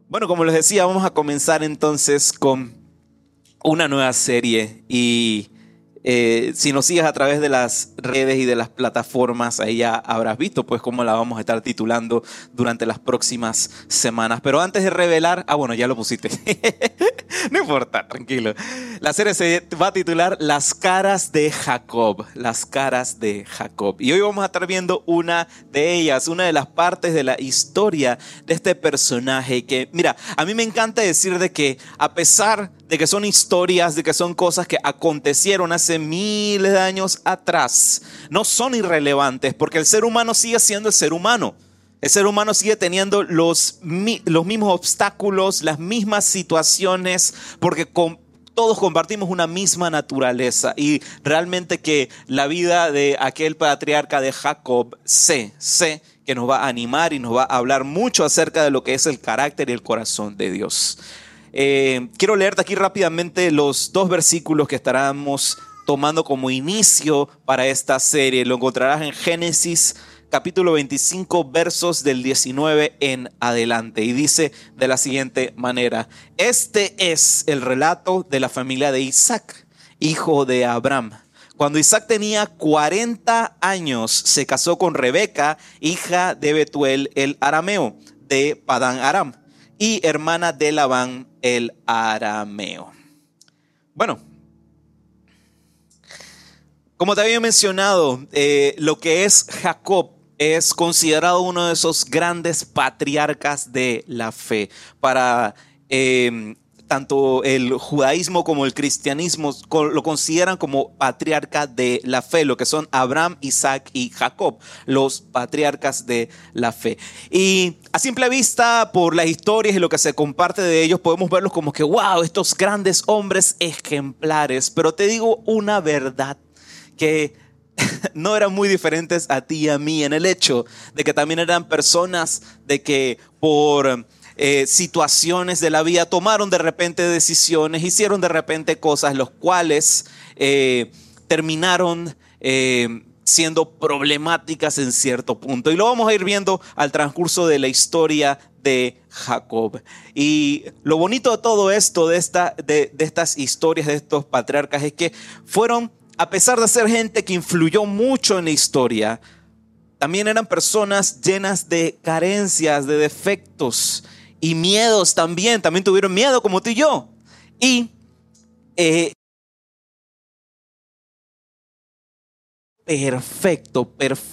Bueno, como les decía, vamos a comenzar entonces con una nueva serie y si nos sigues a través de las redes y de las plataformas, ahí ya habrás visto pues cómo la vamos a estar titulando durante las próximas semanas. Pero antes de revelar, bueno, ya lo pusiste. No importa, tranquilo. La serie se va a titular Las caras de Jacob. Las caras de Jacob. Y hoy vamos a estar viendo una de ellas, una de las partes de la historia de este personaje que, mira, a mí me encanta decir de que a pesar de que son historias, de que son cosas que acontecieron hace miles de años atrás, no son irrelevantes porque el ser humano sigue siendo el ser humano. El ser humano sigue teniendo los mismos obstáculos, las mismas situaciones, porque todos compartimos una misma naturaleza. Y realmente que la vida de aquel patriarca de Jacob, sé que nos va a animar y nos va a hablar mucho acerca de lo que es el carácter y el corazón de Dios. Quiero leerte aquí rápidamente los 2 versículos que estaremos tomando como inicio para esta serie. Lo encontrarás en Génesis capítulo 25, versos del 19 en adelante. Y dice de la siguiente manera: este es el relato de la familia de Isaac, hijo de Abraham. Cuando Isaac tenía 40 años, se casó con Rebeca, hija de Betuel el arameo, de Padán Aram, y hermana de Labán el arameo. Bueno, como te había mencionado, lo que es Jacob es considerado uno de esos grandes patriarcas de la fe. Para tanto el judaísmo como el cristianismo lo consideran como patriarca de la fe, lo que son Abraham, Isaac y Jacob, los patriarcas de la fe. Y a simple vista, por las historias y lo que se comparte de ellos, podemos verlos como que, wow, estos grandes hombres ejemplares. Pero te digo una verdad, que no eran muy diferentes a ti y a mí, en el hecho de que también eran personas de que por situaciones de la vida tomaron de repente decisiones, hicieron de repente cosas los cuales terminaron siendo problemáticas en cierto punto. Y lo vamos a ir viendo al transcurso de la historia de Jacob. Y lo bonito de todo esto, de estas historias, de estos patriarcas, es que fueron, a pesar de ser gente que influyó mucho en la historia, también eran personas llenas de carencias, de defectos y miedos también. También tuvieron miedo como tú y yo. Y perfecto,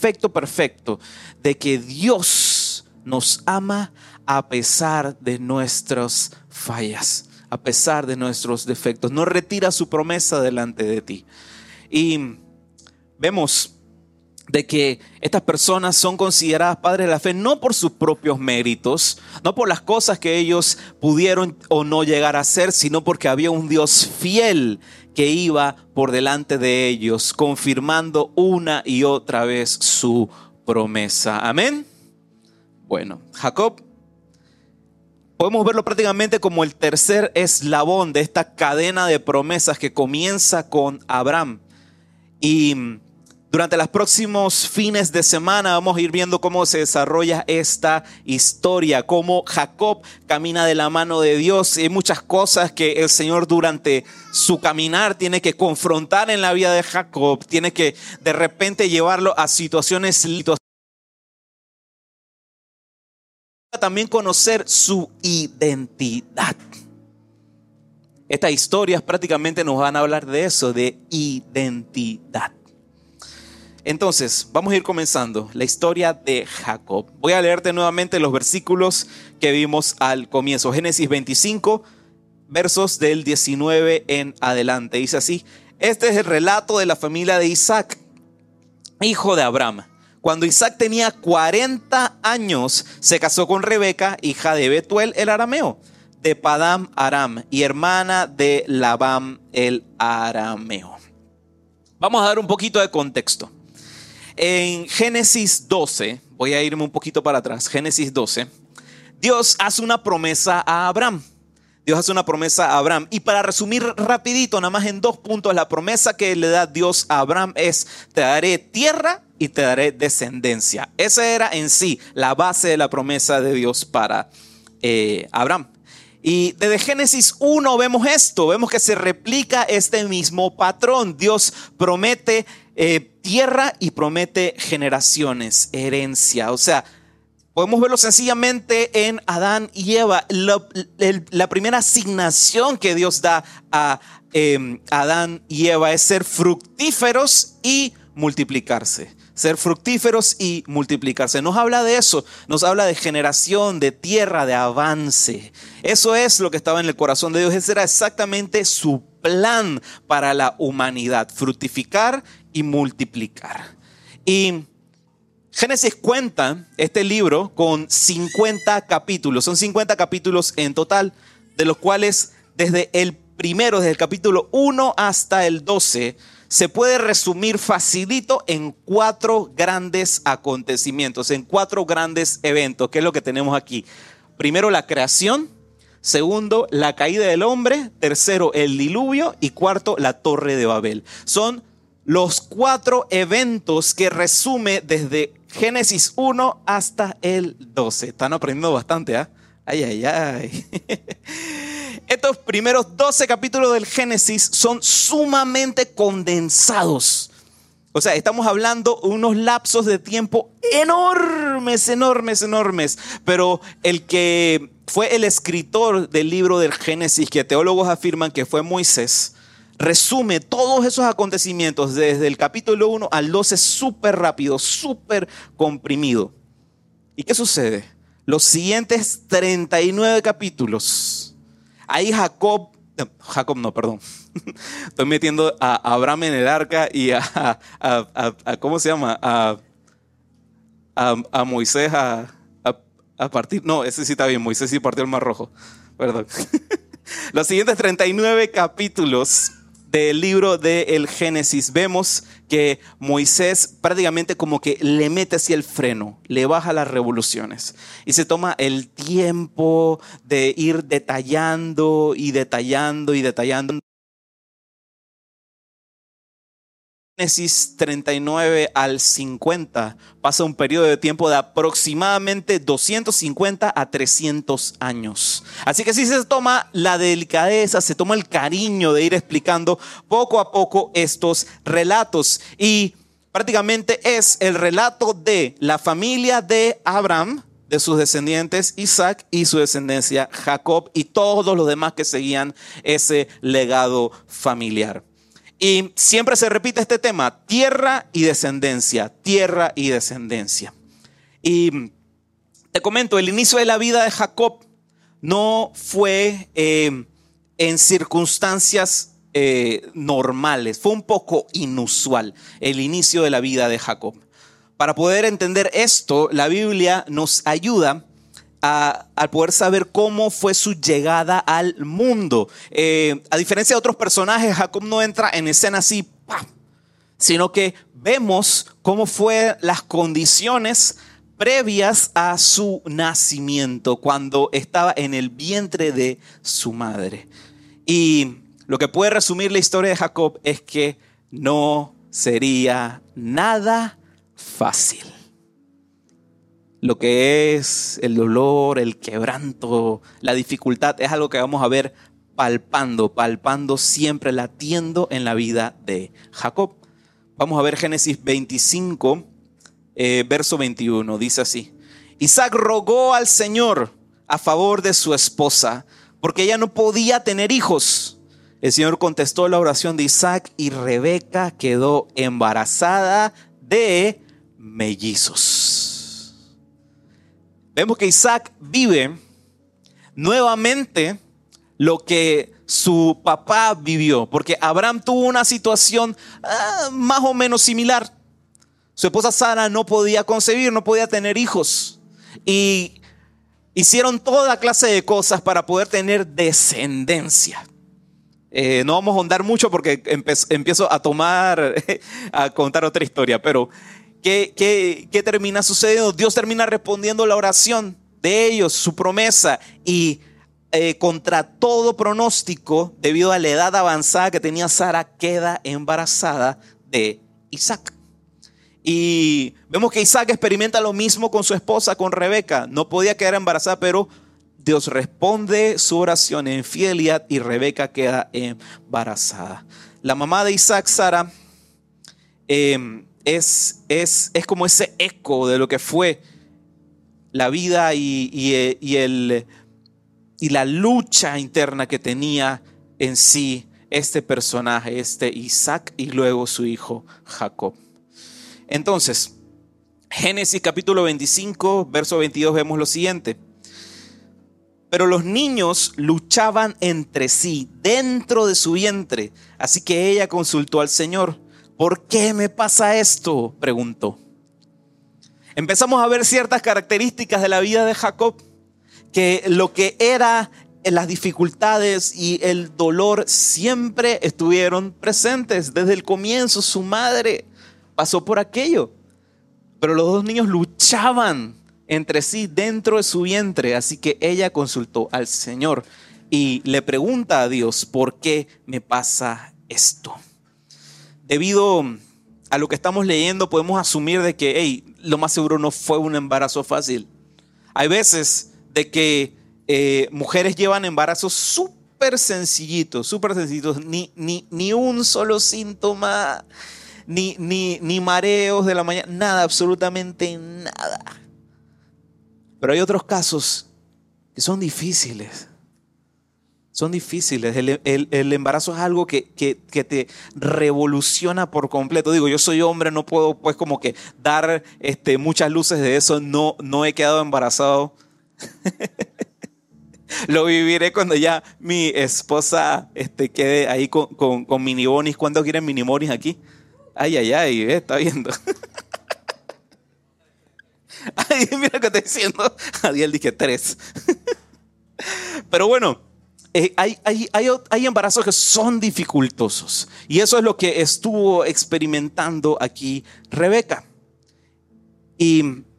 de que Dios nos ama a pesar de nuestras fallas, a pesar de nuestros defectos. No retira su promesa delante de ti. Y vemos de que estas personas son consideradas padres de la fe no por sus propios méritos, no por las cosas que ellos pudieron o no llegar a hacer, sino porque había un Dios fiel que iba por delante de ellos, confirmando una y otra vez su promesa. Amén. Bueno, Jacob podemos verlo prácticamente como el tercer eslabón de esta cadena de promesas que comienza con Abraham. Y durante los próximos fines de semana vamos a ir viendo cómo se desarrolla esta historia, cómo Jacob camina de la mano de Dios. Y hay muchas cosas que el Señor durante su caminar tiene que confrontar en la vida de Jacob, tiene que de repente llevarlo a situaciones también conocer su identidad. Estas historias prácticamente nos van a hablar de eso, de identidad. Entonces, vamos a ir comenzando la historia de Jacob. Voy a leerte nuevamente los versículos que vimos al comienzo. Génesis 25, versos del 19 en adelante. Dice así: este es el relato de la familia de Isaac, hijo de Abraham. Cuando Isaac tenía 40 años, se casó con Rebeca, hija de Betuel el arameo, de Padán Aram, y hermana de Labán el arameo. Vamos a dar un poquito de contexto. En Génesis 12, voy a irme un poquito para atrás, Génesis 12, Dios hace una promesa a Abraham. Y para resumir rapidito, nada más en 2 puntos, la promesa que le da Dios a Abraham es: te daré tierra y te daré descendencia. Esa era en sí la base de la promesa de Dios para Abraham. Y desde Génesis 1 vemos esto, vemos que se replica este mismo patrón. Dios promete tierra y promete generaciones, herencia. O sea, podemos verlo sencillamente en Adán y Eva. La primera asignación que Dios da a Adán y Eva es ser fructíferos y multiplicarse. Ser fructíferos y multiplicarse. Nos habla de eso, nos habla de generación, de tierra, de avance. Eso es lo que estaba en el corazón de Dios. Ese era exactamente su plan para la humanidad: fructificar y multiplicar. Y Génesis cuenta este libro con 50 capítulos. Son 50 capítulos en total, de los cuales desde el capítulo 1 hasta el 12, se puede resumir facilito en 4 grandes acontecimientos, en 4 grandes eventos, que es lo que tenemos aquí. Primero, la creación. Segundo, la caída del hombre. Tercero, el diluvio. Y cuarto, la Torre de Babel. Son los 4 eventos que resume desde Génesis 1 hasta el 12. Están aprendiendo bastante, ¿ah? Ay, ay, ay. Estos primeros 12 capítulos del Génesis son sumamente condensados. O sea, estamos hablando de unos lapsos de tiempo enormes. Pero el que fue el escritor del libro del Génesis, que teólogos afirman que fue Moisés, resume todos esos acontecimientos desde el capítulo 1 al 12 súper rápido, súper comprimido. ¿Y qué sucede? Los siguientes 39 capítulos, ahí estoy metiendo a Abraham en el arca y a ¿cómo se llama? A Moisés a partir, no, ese sí está bien, Moisés sí partió el Mar Rojo, perdón. Los siguientes 39 capítulos del libro del Génesis vemos que Moisés prácticamente como que le mete así el freno, le baja las revoluciones y se toma el tiempo de ir detallando y detallando y detallando. Génesis 39 al 50 pasa un periodo de tiempo de aproximadamente 250 a 300 años. Así que sí se toma la delicadeza, se toma el cariño de ir explicando poco a poco estos relatos. Y prácticamente es el relato de la familia de Abraham, de sus descendientes Isaac y su descendencia Jacob y todos los demás que seguían ese legado familiar. Y siempre se repite este tema: tierra y descendencia, tierra y descendencia. Y te comento, el inicio de la vida de Jacob no fue en circunstancias normales, fue un poco inusual el inicio de la vida de Jacob. Para poder entender esto, la Biblia nos ayuda al poder saber cómo fue su llegada al mundo. A diferencia de otros personajes, Jacob no entra en escena así, ¡pam!, sino que vemos cómo fueron las condiciones previas a su nacimiento, cuando estaba en el vientre de su madre. Y lo que puede resumir la historia de Jacob es que no sería nada fácil. Lo que es el dolor, el quebranto, la dificultad es algo que vamos a ver palpando siempre, latiendo en la vida de Jacob. Vamos a ver Génesis 25, verso 21. Dice así: Isaac rogó al Señor a favor de su esposa, porque ella no podía tener hijos. El Señor contestó la oración de Isaac y Rebeca quedó embarazada de mellizos. Vemos que Isaac vive nuevamente lo que su papá vivió, porque Abraham tuvo una situación más o menos similar. Su esposa Sara no podía concebir, no podía tener hijos, y hicieron toda clase de cosas para poder tener descendencia. No vamos a ahondar mucho porque empiezo a contar otra historia, pero ¿qué termina sucediendo? Dios termina respondiendo la oración de ellos, su promesa, y contra todo pronóstico, debido a la edad avanzada que tenía Sara, queda embarazada de Isaac. Y vemos que Isaac experimenta lo mismo con su esposa, con Rebeca. No podía quedar embarazada, pero Dios responde su oración en fidelidad y Rebeca queda embarazada. La mamá de Isaac, Sara, es como ese eco de lo que fue la vida y la lucha interna que tenía en sí este personaje, este Isaac y luego su hijo Jacob. Entonces, Génesis capítulo 25, verso 22, vemos lo siguiente. Pero los niños luchaban entre sí dentro de su vientre, así que ella consultó al Señor. ¿Por qué me pasa esto?, preguntó. Empezamos a ver ciertas características de la vida de Jacob, que lo que era las dificultades y el dolor siempre estuvieron presentes. Desde el comienzo su madre pasó por aquello, pero los dos niños luchaban entre sí dentro de su vientre, así que ella consultó al Señor y le pregunta a Dios: ¿por qué me pasa esto? Debido a lo que estamos leyendo, podemos asumir de que lo más seguro no fue un embarazo fácil. Hay veces de que mujeres llevan embarazos súper sencillitos, ni un solo síntoma, ni mareos de la mañana, nada, absolutamente nada. Pero hay otros casos que son difíciles. Son difíciles. El embarazo es algo que te revoluciona por completo. Digo, yo soy hombre, no puedo pues como que dar muchas luces de eso. No he quedado embarazado. Lo viviré cuando ya mi esposa quede ahí con mini bonis. ¿Cuántos quieren mini bonis aquí? Ay, está viendo. Ay, mira lo que estoy diciendo. Adiel dije 3. Pero bueno, hay embarazos que son dificultosos. Y eso es lo que estuvo experimentando aquí Rebeca. Y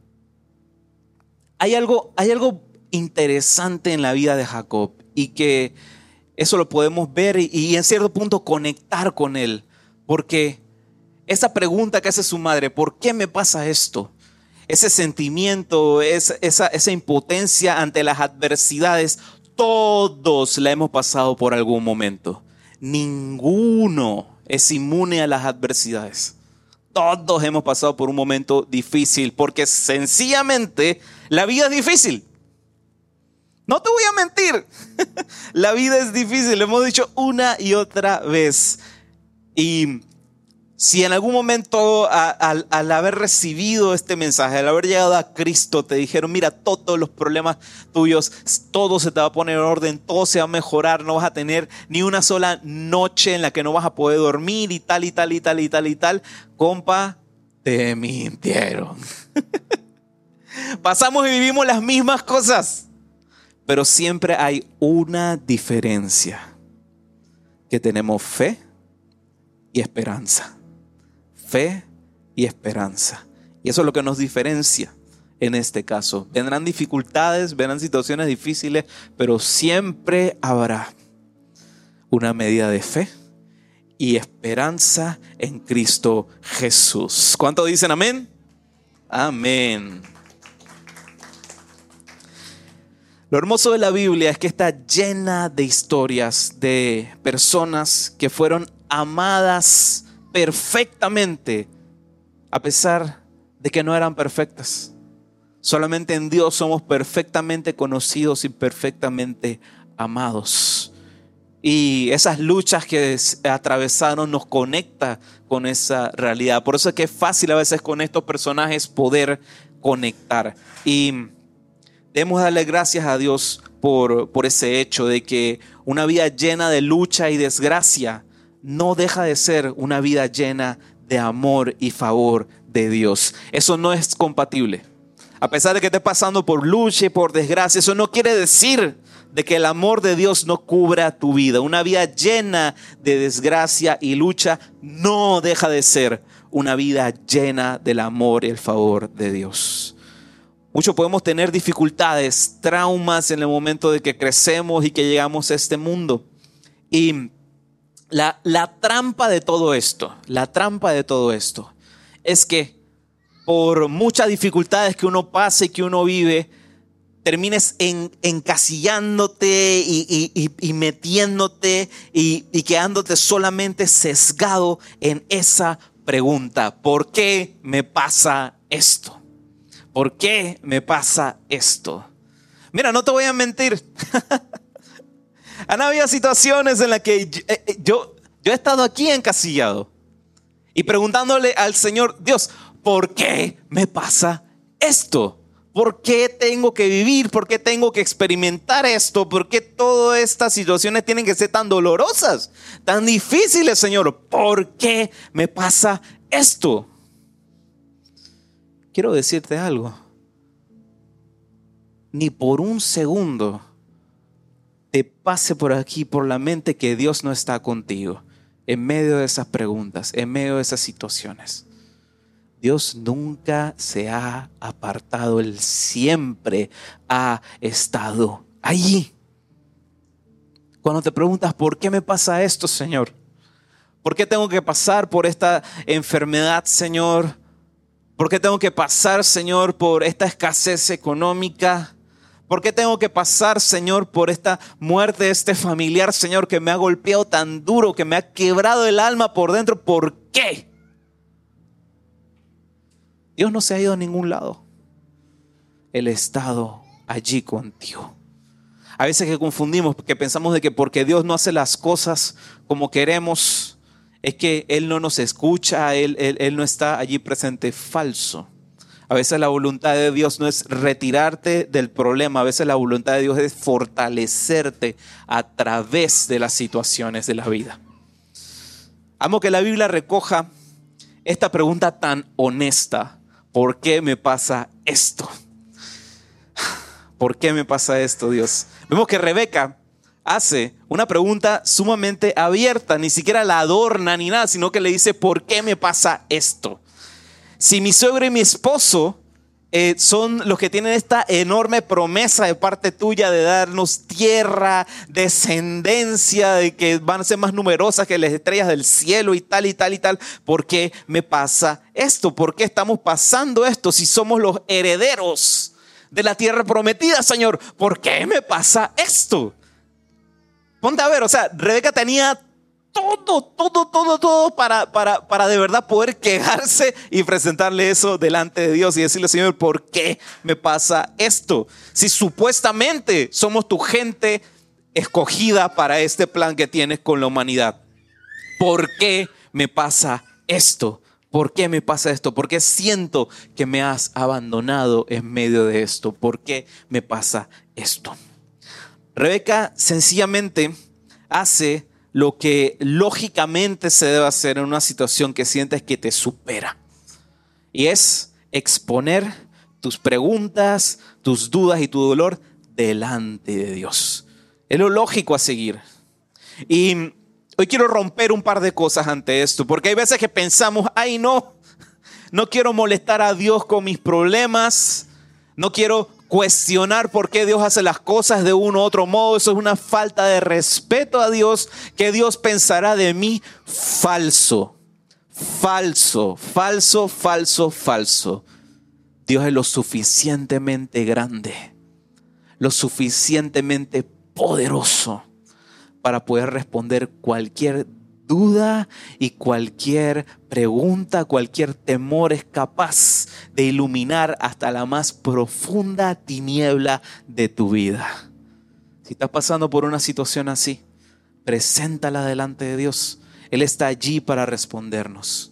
hay algo interesante en la vida de Jacob. Y que eso lo podemos ver y en cierto punto conectar con él. Porque esa pregunta que hace su madre: ¿por qué me pasa esto? Ese sentimiento, esa impotencia ante las adversidades, todos la hemos pasado por algún momento. Ninguno es inmune a las adversidades. Todos hemos pasado por un momento difícil, porque sencillamente la vida es difícil. No te voy a mentir, la vida es difícil, lo hemos dicho una y otra vez. Y si en algún momento al haber recibido este mensaje, al haber llegado a Cristo, te dijeron: mira, todos los problemas tuyos, todo se te va a poner en orden, todo se va a mejorar, no vas a tener ni una sola noche en la que no vas a poder dormir y tal, compa, te mintieron. Pasamos y vivimos las mismas cosas, pero siempre hay una diferencia: que tenemos fe y esperanza. Fe y esperanza. Y eso es lo que nos diferencia en este caso. Vendrán dificultades, vendrán situaciones difíciles, pero siempre habrá una medida de fe y esperanza en Cristo Jesús. ¿Cuánto dicen amén? Amén. Lo hermoso de la Biblia es que está llena de historias de personas que fueron amadas perfectamente, a pesar de que no eran perfectas. Solamente en Dios somos perfectamente conocidos y perfectamente amados. Y esas luchas que atravesaron nos conecta con esa realidad. Por eso es que es fácil a veces con estos personajes poder conectar. Y debemos darle gracias a Dios por ese hecho de que una vida llena de lucha y desgracia no deja de ser una vida llena de amor y favor de Dios. Eso no es compatible. A pesar de que estés pasando por lucha y por desgracia, eso no quiere decir de que el amor de Dios no cubra tu vida. Una vida llena de desgracia y lucha no deja de ser una vida llena del amor y el favor de Dios. Muchos podemos tener dificultades, traumas en el momento de que crecemos y que llegamos a este mundo. Y la trampa de todo esto es que por muchas dificultades que uno pasa y que uno vive, termines encasillándote y metiéndote y quedándote solamente sesgado en esa pregunta. ¿Por qué me pasa esto? ¿Por qué me pasa esto? Mira, no te voy a mentir. Han habido situaciones en las que yo he estado aquí encasillado y preguntándole al Señor, Dios, ¿por qué me pasa esto? ¿Por qué tengo que vivir? ¿Por qué tengo que experimentar esto? ¿Por qué todas estas situaciones tienen que ser tan dolorosas, tan difíciles, Señor? ¿Por qué me pasa esto? Quiero decirte algo. Ni por un segundo te pase por aquí, por la mente, que Dios no está contigo en medio de esas preguntas, en medio de esas situaciones. Dios nunca se ha apartado, Él siempre ha estado allí. Cuando te preguntas, ¿por qué me pasa esto, Señor? ¿Por qué tengo que pasar por esta enfermedad, Señor? ¿Por qué tengo que pasar, Señor, por esta escasez económica? ¿Por qué tengo que pasar, Señor, por esta muerte de este familiar, Señor, que me ha golpeado tan duro, que me ha quebrado el alma por dentro? ¿Por qué? Dios no se ha ido a ningún lado. Él ha estado allí contigo. A veces que confundimos, que pensamos de que porque Dios no hace las cosas como queremos, es que Él no nos escucha, Él no está allí presente. Falso. A veces la voluntad de Dios no es retirarte del problema. A veces la voluntad de Dios es fortalecerte a través de las situaciones de la vida. Amo que la Biblia recoja esta pregunta tan honesta. ¿Por qué me pasa esto? ¿Por qué me pasa esto, Dios? Vemos que Rebeca hace una pregunta sumamente abierta, ni siquiera la adorna ni nada, sino que le dice, ¿por qué me pasa esto? Si mi suegro y mi esposo son los que tienen esta enorme promesa de parte tuya de darnos tierra, descendencia, de que van a ser más numerosas que las estrellas del cielo y tal y tal y tal, ¿por qué me pasa esto? ¿Por qué estamos pasando esto si somos los herederos de la tierra prometida, Señor? ¿Por qué me pasa esto? Ponte a ver, o sea, Rebeca tenía todo para de verdad poder quejarse y presentarle eso delante de Dios y decirle, Señor, ¿por qué me pasa esto? Si supuestamente somos tu gente escogida para este plan que tienes con la humanidad, ¿por qué me pasa esto? ¿Por qué me pasa esto? ¿Por qué siento que me has abandonado en medio de esto? ¿Por qué me pasa esto? Rebeca sencillamente hace lo que lógicamente se debe hacer en una situación que sientes que te supera. Y es exponer tus preguntas, tus dudas y tu dolor delante de Dios. Es lo lógico a seguir. Y hoy quiero romper un par de cosas ante esto, porque hay veces que pensamos, ay no quiero molestar a Dios con mis problemas, no quiero cuestionar por qué Dios hace las cosas de uno u otro modo. Eso es una falta de respeto a Dios. ¿Qué Dios pensará de mí? Falso. Dios es lo suficientemente grande, lo suficientemente poderoso para poder responder cualquier duda y cualquier pregunta, cualquier temor. Es capaz de iluminar hasta la más profunda tiniebla de tu vida. Si estás pasando por una situación así, preséntala delante de Dios. Él está allí para respondernos.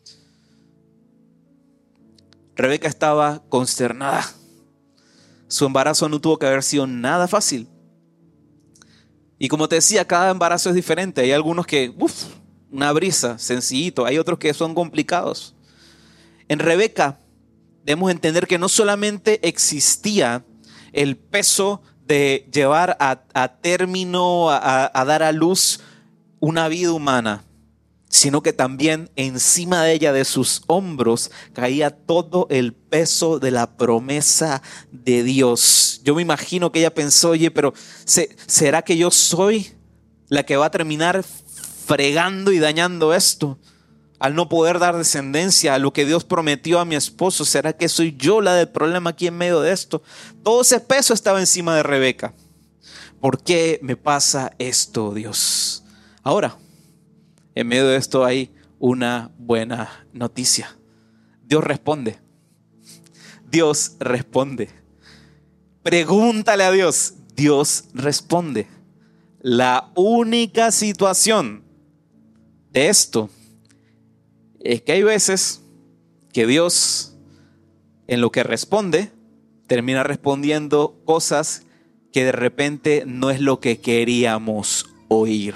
Rebeca estaba consternada. Su embarazo no tuvo que haber sido nada fácil. Y como te decía, cada embarazo es diferente. Hay algunos que, una brisa, sencillito. Hay otros que son complicados. En Rebeca debemos entender que no solamente existía el peso de llevar a término, a dar a luz una vida humana, sino que también encima de ella, de sus hombros, caía todo el peso de la promesa de Dios. Yo me imagino que ella pensó, oye, pero ¿será que yo soy la que va a terminar fregando y dañando esto? al no poder dar descendencia a lo que Dios prometió a mi esposo. ¿Será que soy yo la del problema aquí en medio de esto? Todo ese peso estaba encima de Rebeca. ¿Por qué me pasa esto, Dios? Ahora, en medio de esto hay una buena noticia. Dios responde. Dios responde. Pregúntale a Dios. Dios responde. La única situación de esto es que hay veces que Dios, en lo que responde, termina respondiendo cosas que de repente no es lo que queríamos oír.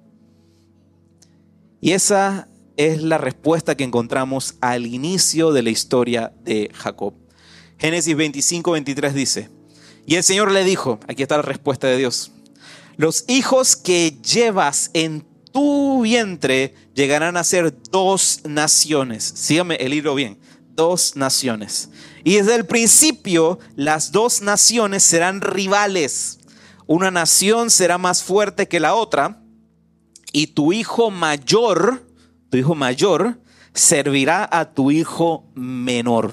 Y esa es la respuesta que encontramos al inicio de la historia de Jacob. Génesis 25:23 dice: y el Señor le dijo, aquí está la respuesta de Dios: los hijos que llevas en tu vientre llegarán a ser 2 naciones. Sígame el hilo bien. 2 naciones. Y desde el principio las 2 naciones serán rivales. Una nación será más fuerte que la otra. Y tu hijo mayor servirá a tu hijo menor.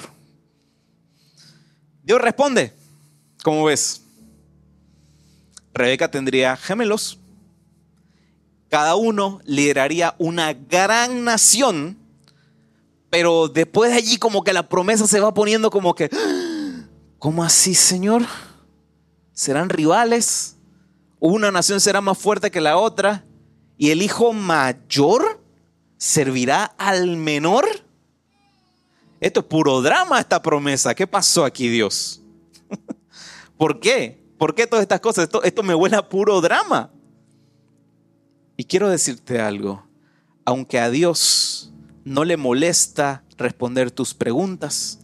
Dios responde. ¿Cómo ves? Rebeca tendría gemelos. Cada uno lideraría una gran nación. Pero después de allí como que la promesa se va poniendo como que, ¿cómo así, Señor? ¿Serán rivales? ¿Una nación será más fuerte que la otra? ¿Y el hijo mayor servirá al menor? Esto es puro drama, esta promesa. ¿Qué pasó aquí, Dios? ¿Por qué? ¿Por qué todas estas cosas? Esto me huele a puro drama. Y quiero decirte algo. Aunque a Dios no le molesta responder tus preguntas,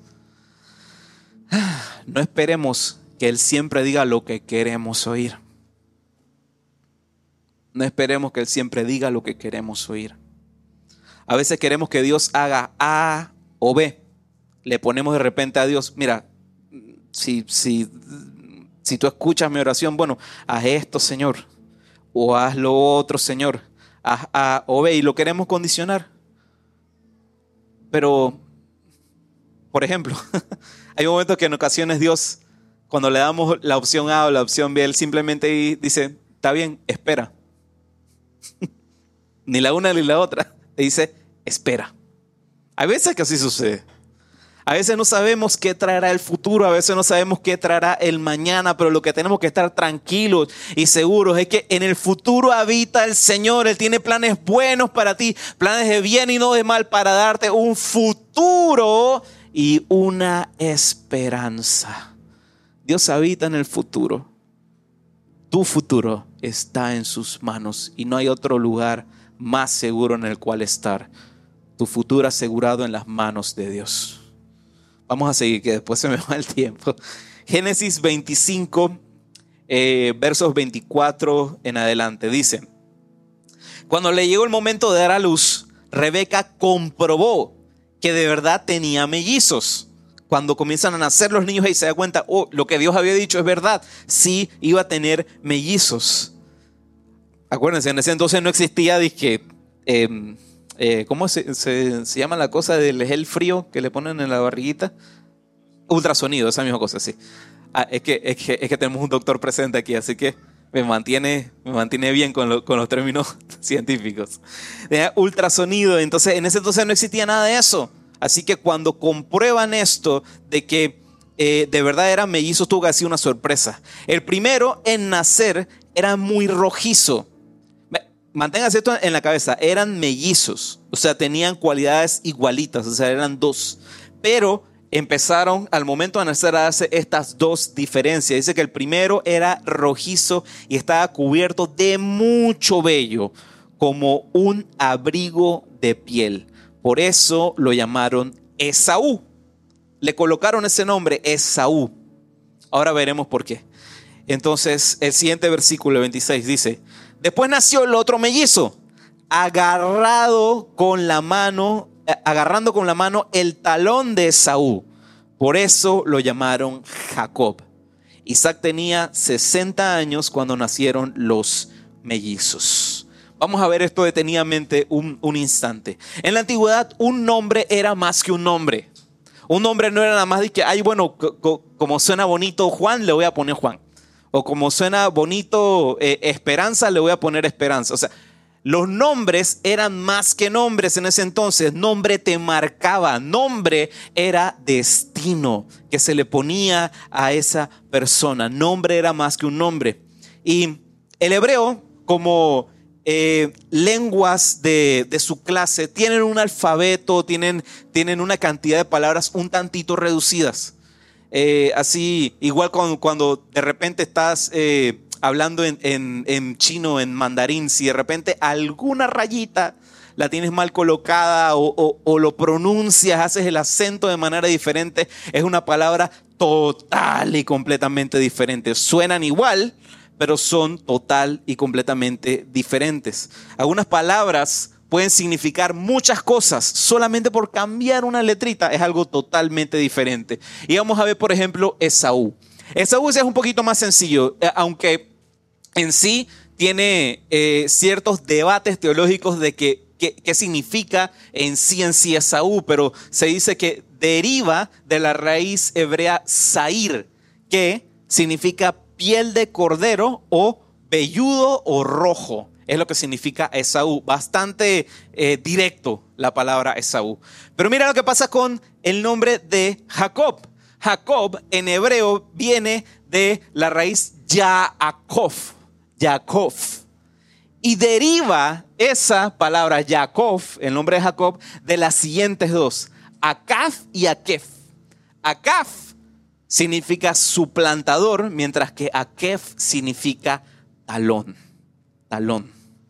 no esperemos que Él siempre diga lo que queremos oír. No esperemos que Él siempre diga lo que queremos oír. A veces queremos que Dios haga A o B. Le ponemos de repente a Dios, mira, si tú escuchas mi oración, bueno, haz esto, Señor. O haz lo otro, Señor. Haz A o B. Y lo queremos condicionar. Pero, por ejemplo, hay momentos que en ocasiones Dios, cuando le damos la opción A o la opción B, Él simplemente dice, está bien, espera. Ni la una ni la otra. Te dice, espera. Hay veces que así sucede. A veces no sabemos qué traerá el futuro, a veces no sabemos qué traerá el mañana, pero lo que tenemos que estar tranquilos y seguros es que en el futuro habita el Señor. Él tiene planes buenos para ti, planes de bien y no de mal, para darte un futuro y una esperanza. Dios habita en el futuro. Tu futuro está en sus manos y no hay otro lugar más seguro en el cual estar. Tu futuro asegurado en las manos de Dios. Vamos a seguir, que después se me va el tiempo. Génesis 25, versos 24 en adelante. Dice: cuando le llegó el momento de dar a luz, Rebeca comprobó que de verdad tenía mellizos. Cuando comienzan a nacer los niños, ahí se da cuenta, lo que Dios había dicho es verdad. Sí, iba a tener mellizos. Acuérdense, en ese entonces no existía, ¿cómo se llama la cosa del gel frío que le ponen en la barriguita? Ultrasonido, esa misma cosa, sí. Es que tenemos un doctor presente aquí, así que me mantiene bien con los términos científicos. Ultrasonido, entonces en ese entonces no existía nada de eso. Así que cuando comprueban esto de que de verdad eran mellizos, tuvo que ser una sorpresa. El primero en nacer era muy rojizo. Manténgase esto en la cabeza, eran mellizos, o sea, tenían cualidades igualitas, o sea, eran 2. Pero empezaron al momento de nacer a darse estas 2 diferencias. Dice que el primero era rojizo y estaba cubierto de mucho vello, como un abrigo de piel. Por eso lo llamaron Esaú. Le colocaron ese nombre, Esaú. Ahora veremos por qué. Entonces, el siguiente versículo 26 dice: después nació el otro mellizo, agarrando con la mano el talón de Esaú. Por eso lo llamaron Jacob. Isaac tenía 60 años cuando nacieron los mellizos. Vamos a ver esto detenidamente un instante. En la antigüedad, un nombre era más que un nombre. Un nombre no era nada más de que, ay, bueno, como suena bonito Juan, le voy a poner Juan. O como suena bonito Esperanza, le voy a poner Esperanza. O sea, los nombres eran más que nombres en ese entonces. Nombre te marcaba. Nombre era destino que se le ponía a esa persona. Nombre era más que un nombre. Y el hebreo, como lenguas de su clase, tienen un alfabeto, tienen una cantidad de palabras un tantito reducidas. Así, igual cuando de repente estás hablando en chino, en mandarín, si de repente alguna rayita la tienes mal colocada o lo pronuncias, haces el acento de manera diferente, es una palabra total y completamente diferente. Suenan igual, pero son total y completamente diferentes. Algunas palabras pueden significar muchas cosas. Solamente por cambiar una letrita es algo totalmente diferente. Y vamos a ver, por ejemplo, Esaú. Esaú es un poquito más sencillo, aunque en sí tiene ciertos debates teológicos de qué significa en sí Esaú, pero se dice que deriva de la raíz hebrea Sair, que significa piel de cordero o velludo o rojo. Es lo que significa Esaú. Bastante directo la palabra Esaú. Pero mira lo que pasa con el nombre de Jacob. Jacob en hebreo viene de la raíz Yaakov. Jacob. Y deriva esa palabra Jacob, el nombre de Jacob, de las siguientes dos: Acaf y Akef. Acaf significa suplantador, mientras que Akef significa talón. Talón.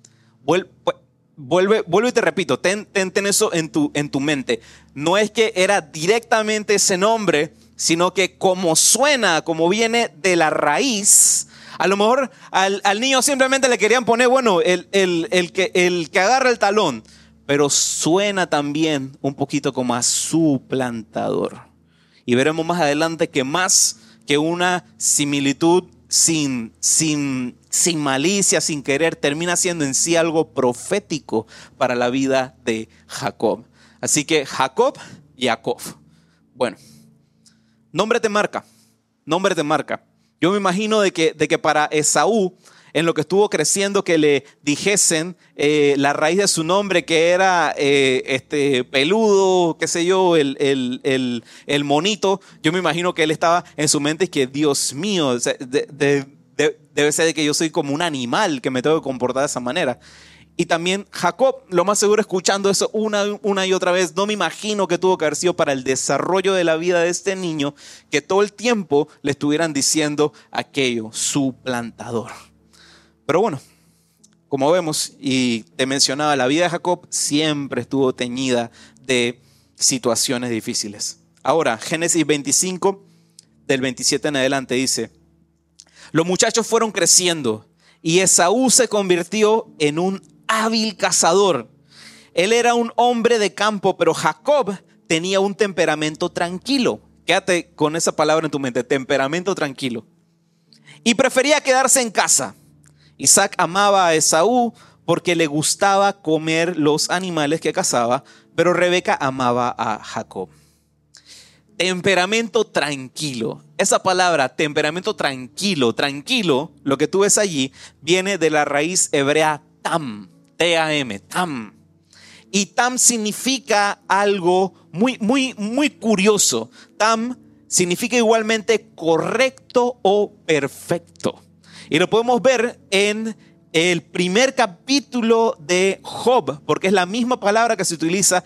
Vuelve y te repito, ten eso en tu mente. No es que era directamente ese nombre, sino que como suena, como viene de la raíz. A lo mejor al niño simplemente le querían poner, bueno, el que agarra el talón, pero suena también un poquito como a suplantador. Y veremos más adelante que más que una similitud sin malicia, sin querer, termina siendo en sí algo profético para la vida de Jacob. Así que Jacob y Jacob. Bueno, nombre te marca. Nombre te marca. Yo me imagino de que para Esaú, en lo que estuvo creciendo, que le dijesen la raíz de su nombre, que era peludo, qué sé yo, el monito. Yo me imagino que él estaba en su mente y que, Dios mío, o sea, debe ser de que yo soy como un animal que me tengo que comportar de esa manera. Y también Jacob, lo más seguro, escuchando eso una y otra vez, no me imagino que tuvo que haber sido para el desarrollo de la vida de este niño, que todo el tiempo le estuvieran diciendo aquello, suplantador. Pero bueno, como vemos y te mencionaba, la vida de Jacob siempre estuvo teñida de situaciones difíciles. Ahora, Génesis 25, del 27 en adelante, dice: los muchachos fueron creciendo y Esaú se convirtió en un hábil cazador. Él era un hombre de campo, pero Jacob tenía un temperamento tranquilo. Quédate con esa palabra en tu mente, temperamento tranquilo. Y prefería quedarse en casa. Isaac amaba a Esaú porque le gustaba comer los animales que cazaba, pero Rebeca amaba a Jacob. Temperamento tranquilo. Esa palabra, temperamento tranquilo, lo que tú ves allí, viene de la raíz hebrea tam, T-A-M, tam. Y tam significa algo muy curioso. Tam significa igualmente correcto o perfecto. Y lo podemos ver en el primer capítulo de Job, porque es la misma palabra que se utiliza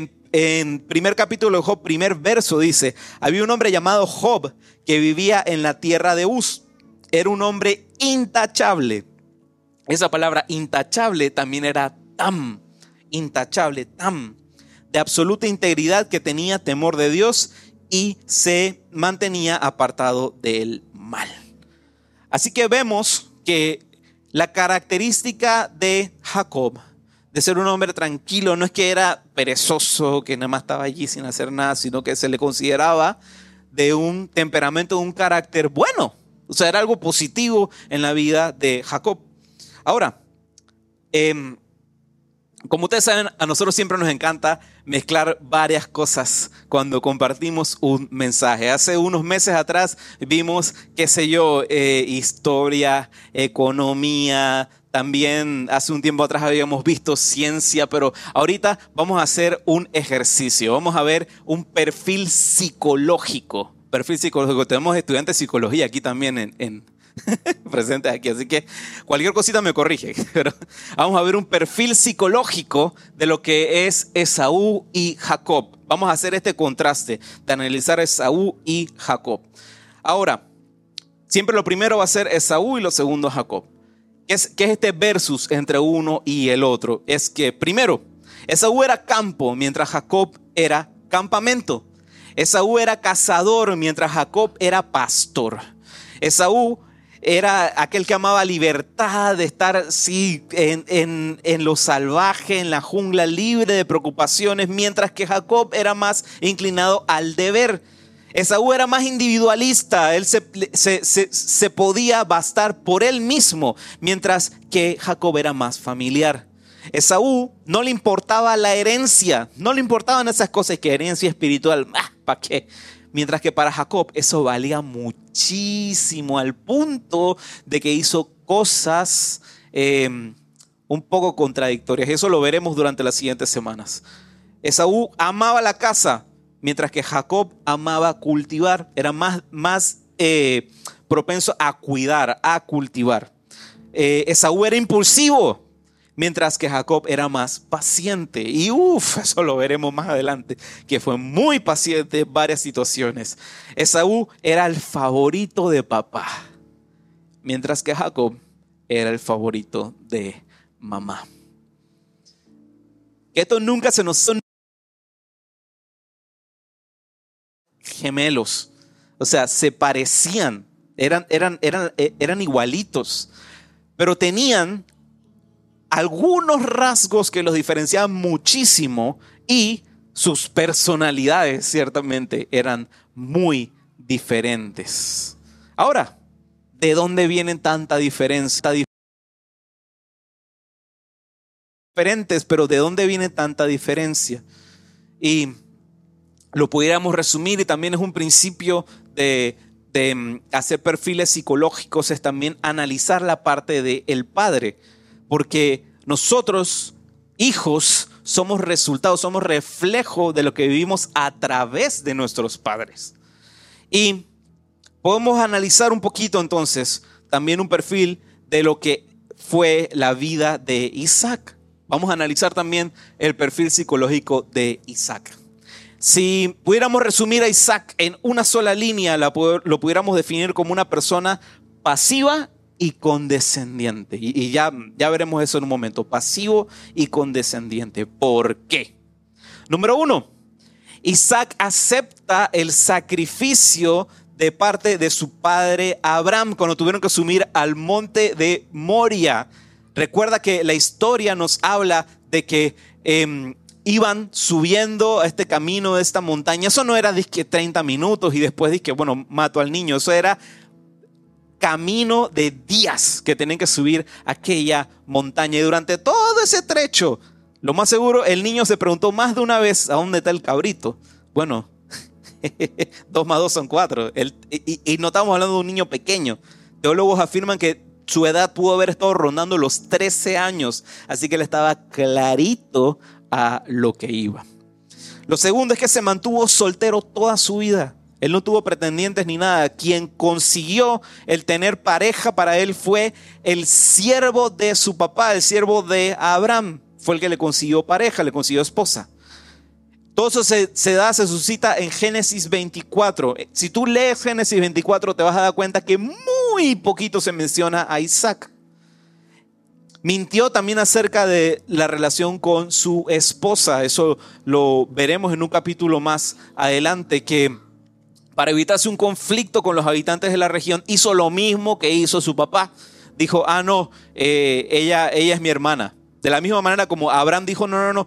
en primer capítulo de Job, primer verso, dice: había un hombre llamado Job que vivía en la tierra de Uz. Era un hombre intachable. Esa palabra intachable también era tam, intachable, tam, de absoluta integridad, que tenía temor de Dios y se mantenía apartado del mal. Así que vemos que la característica de Jacob, de ser un hombre tranquilo, no es que era perezoso, que nada más estaba allí sin hacer nada, sino que se le consideraba de un temperamento, de un carácter bueno. O sea, era algo positivo en la vida de Jacob. Ahora, Em, Como ustedes saben, a nosotros siempre nos encanta mezclar varias cosas cuando compartimos un mensaje. Hace unos meses atrás vimos, qué sé yo, historia, economía. También hace un tiempo atrás habíamos visto ciencia, pero ahorita vamos a hacer un ejercicio. Vamos a ver un perfil psicológico. Perfil psicológico. Tenemos estudiantes de psicología aquí también presentes aquí, así que cualquier cosita me corrige. Pero vamos a ver un perfil psicológico de lo que es Esaú y Jacob. Vamos a hacer este contraste de analizar a Esaú y Jacob. Ahora, siempre lo primero va a ser Esaú y lo segundo Jacob. ¿Qué es este versus entre uno y el otro? Es que primero, Esaú era campo mientras Jacob era campamento. Esaú era cazador mientras Jacob era pastor. Esaú era aquel que amaba libertad, de estar en lo salvaje, en la jungla, libre de preocupaciones, mientras que Jacob era más inclinado al deber. Esaú era más individualista, él se podía bastar por él mismo, mientras que Jacob era más familiar. Esaú no le importaba la herencia, no le importaban esas cosas, que herencia espiritual, ¿para qué? Mientras que para Jacob eso valía muchísimo, al punto de que hizo cosas un poco contradictorias. Eso lo veremos durante las siguientes semanas. Esaú amaba la caza, mientras que Jacob amaba cultivar. Era más propenso a cuidar, a cultivar. Esaú era impulsivo, mientras que Jacob era más paciente. Y eso lo veremos más adelante, que fue muy paciente en varias situaciones. Esaú era el favorito de papá, mientras que Jacob era el favorito de mamá. Que esto nunca se nos son gemelos. O sea, se parecían, eran igualitos, pero tenían algunos rasgos que los diferenciaban muchísimo y sus personalidades ciertamente eran muy diferentes. Ahora, ¿de dónde vienen tanta diferencia? Diferentes, pero ¿de dónde viene tanta diferencia? Y lo pudiéramos resumir, y también es un principio de hacer perfiles psicológicos, es también analizar la parte del padre. Porque nosotros, hijos, somos resultado, somos reflejo de lo que vivimos a través de nuestros padres. Y podemos analizar un poquito entonces también un perfil de lo que fue la vida de Isaac. Vamos a analizar también el perfil psicológico de Isaac. Si pudiéramos resumir a Isaac en una sola línea, lo pudiéramos definir como una persona pasiva y condescendiente. Y ya veremos eso en un momento. Pasivo y condescendiente. ¿Por qué? Número 1, Isaac acepta el sacrificio de parte de su padre Abraham cuando tuvieron que subir al monte de Moria. Recuerda que la historia nos habla de que iban subiendo a este camino de esta montaña. Eso no era 30 minutos y después bueno, mato al niño. Eso era camino de días que tenían que subir aquella montaña. Y durante todo ese trecho, lo más seguro, el niño se preguntó más de una vez: ¿a dónde está el cabrito? Bueno, 2 más 2 son 4. Y no estamos hablando de un niño pequeño. Teólogos afirman que su edad pudo haber estado rondando los 13 años. Así que él estaba clarito a lo que iba. Lo segundo es que se mantuvo soltero toda su vida. Él no tuvo pretendientes ni nada. Quien consiguió el tener pareja para él fue el siervo de su papá, el siervo de Abraham. Fue el que le consiguió pareja, le consiguió esposa. Todo eso se suscita en Génesis 24. Si tú lees Génesis 24, te vas a dar cuenta que muy poquito se menciona a Isaac. Mintió también acerca de la relación con su esposa. Eso lo veremos en un capítulo más adelante, que para evitarse un conflicto con los habitantes de la región hizo lo mismo que hizo su papá. Dijo: no, ella es mi hermana. De la misma manera como Abraham dijo: no,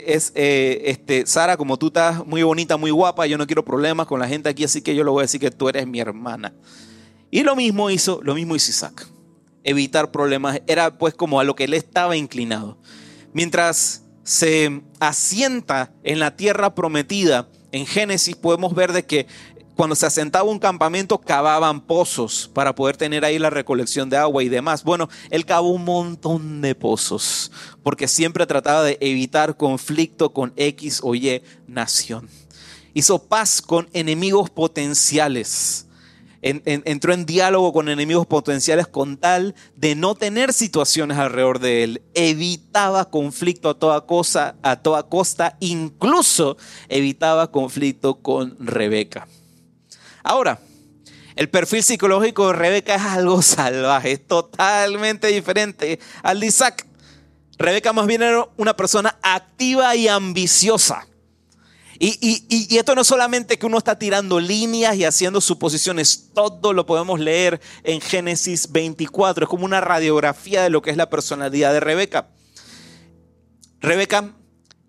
Sara, como tú estás muy bonita, muy guapa, yo no quiero problemas con la gente aquí, así que yo le voy a decir que tú eres mi hermana. Y lo mismo hizo Isaac. evitar problemas. Era pues como a lo que él estaba inclinado. Mientras se asienta en la tierra prometida, en Génesis podemos ver de que cuando se asentaba un campamento cavaban pozos para poder tener ahí la recolección de agua y demás. Bueno, él cavó un montón de pozos porque siempre trataba de evitar conflicto con X o Y nación. Hizo paz con enemigos potenciales. Entró en diálogo con enemigos potenciales con tal de no tener situaciones alrededor de él. Evitaba conflicto a toda costa, incluso evitaba conflicto con Rebeca. Ahora, el perfil psicológico de Rebeca es algo salvaje, es totalmente diferente al de Isaac. Rebeca más bien era una persona activa y ambiciosa. Y esto no es solamente que uno está tirando líneas y haciendo suposiciones, todo lo podemos leer en Génesis 24, es como una radiografía de lo que es la personalidad de Rebeca. Rebeca,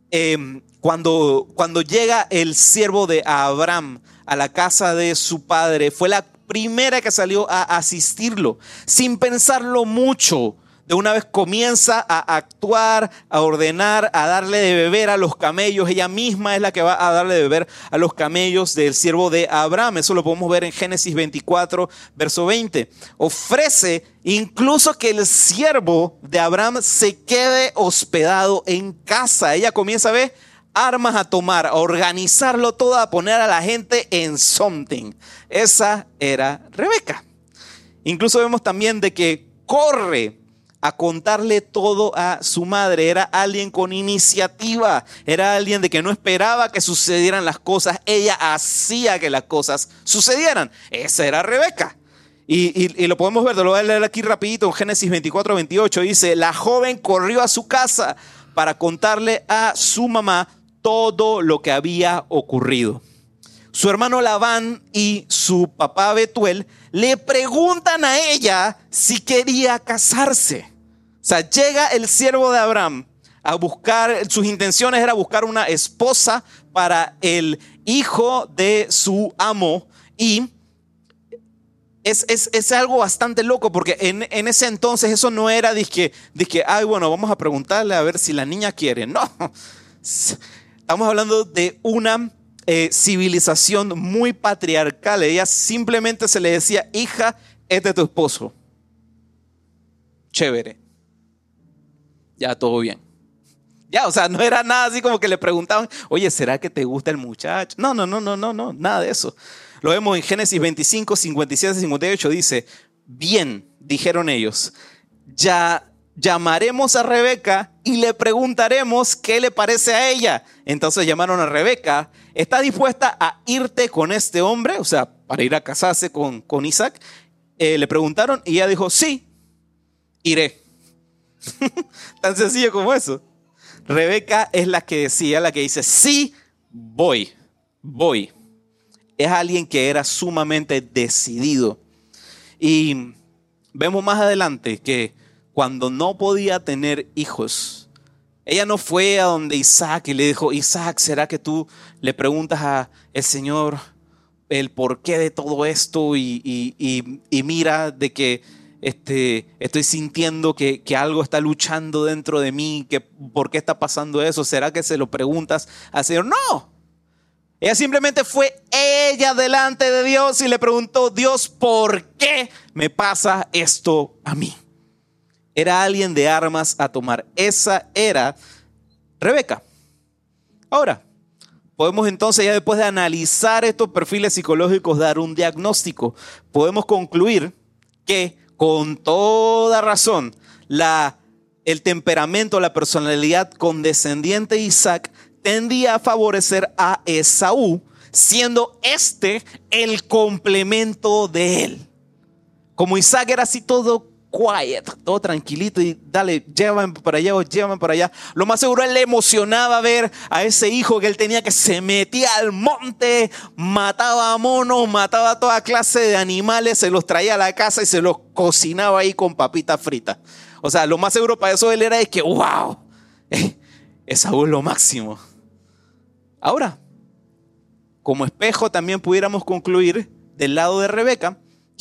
cuando llega el siervo de Abraham a la casa de su padre, fue la primera que salió a asistirlo, sin pensarlo mucho. De una vez comienza a actuar, a ordenar, a darle de beber a los camellos. Ella misma es la que va a darle de beber a los camellos del siervo de Abraham. Eso lo podemos ver en Génesis 24, verso 20. Ofrece incluso que el siervo de Abraham se quede hospedado en casa. Ella comienza a ver armas a tomar, a organizarlo todo, a poner a la gente en something. Esa era Rebeca. Incluso vemos también de que corre a contarle todo a su madre. Era alguien con iniciativa, era alguien de que no esperaba que sucedieran las cosas, ella hacía que las cosas sucedieran. Esa era Rebeca. Y lo podemos ver, lo voy a leer aquí rapidito en Génesis 24, 28. Dice: la joven corrió a su casa para contarle a su mamá todo lo que había ocurrido. Su hermano Labán y su papá Betuel le preguntan a ella si quería casarse. O sea, llega el siervo de Abraham a buscar, sus intenciones era buscar una esposa para el hijo de su amo. Y es algo bastante loco porque en ese entonces eso no era dizque, ay, bueno, vamos a preguntarle a ver si la niña quiere. No, estamos hablando de una civilización muy patriarcal. Ella simplemente se le decía: hija, es de tu esposo. Chévere. Ya, todo bien. Ya, o sea, no era nada así como que le preguntaban: oye, ¿será que te gusta el muchacho? No, nada de eso. Lo vemos en Génesis 25, 57, 58. Dice: bien, dijeron ellos, ya llamaremos a Rebeca y le preguntaremos qué le parece a ella. Entonces llamaron a Rebeca. ¿Está dispuesta a irte con este hombre? O sea, para ir a casarse con Isaac. Le preguntaron y ella dijo: sí, iré. Tan sencillo como eso. Rebeca es la que decía, la que dice: sí, voy. Es alguien que era sumamente decidido. Y vemos más adelante que cuando no podía tener hijos, ella no fue a donde Isaac y le dijo: Isaac, ¿será que tú le preguntas al Señor el porqué de todo esto? Y mira de que estoy sintiendo que algo está luchando dentro de mí, que ¿por qué está pasando eso? ¿Será que se lo preguntas al Señor? No. Ella simplemente fue ella delante de Dios y le preguntó: Dios, ¿por qué me pasa esto a mí? Era alguien de armas a tomar. Esa era Rebeca. Ahora, podemos entonces, ya después de analizar estos perfiles psicológicos, dar un diagnóstico. Podemos concluir que con toda razón el temperamento, la personalidad condescendiente de Isaac tendía a favorecer a Esaú, siendo el complemento de él. Como Isaac era así todo quiet, todo tranquilito y dale, llévame para allá o llévame para allá. Lo más seguro a él le emocionaba ver a ese hijo que él tenía, que se metía al monte, mataba a monos, mataba a toda clase de animales, se los traía a la casa y se los cocinaba ahí con papitas fritas. O sea, lo más seguro para eso él era de que wow, Esaú es lo máximo. Ahora, como espejo también pudiéramos concluir del lado de Rebeca que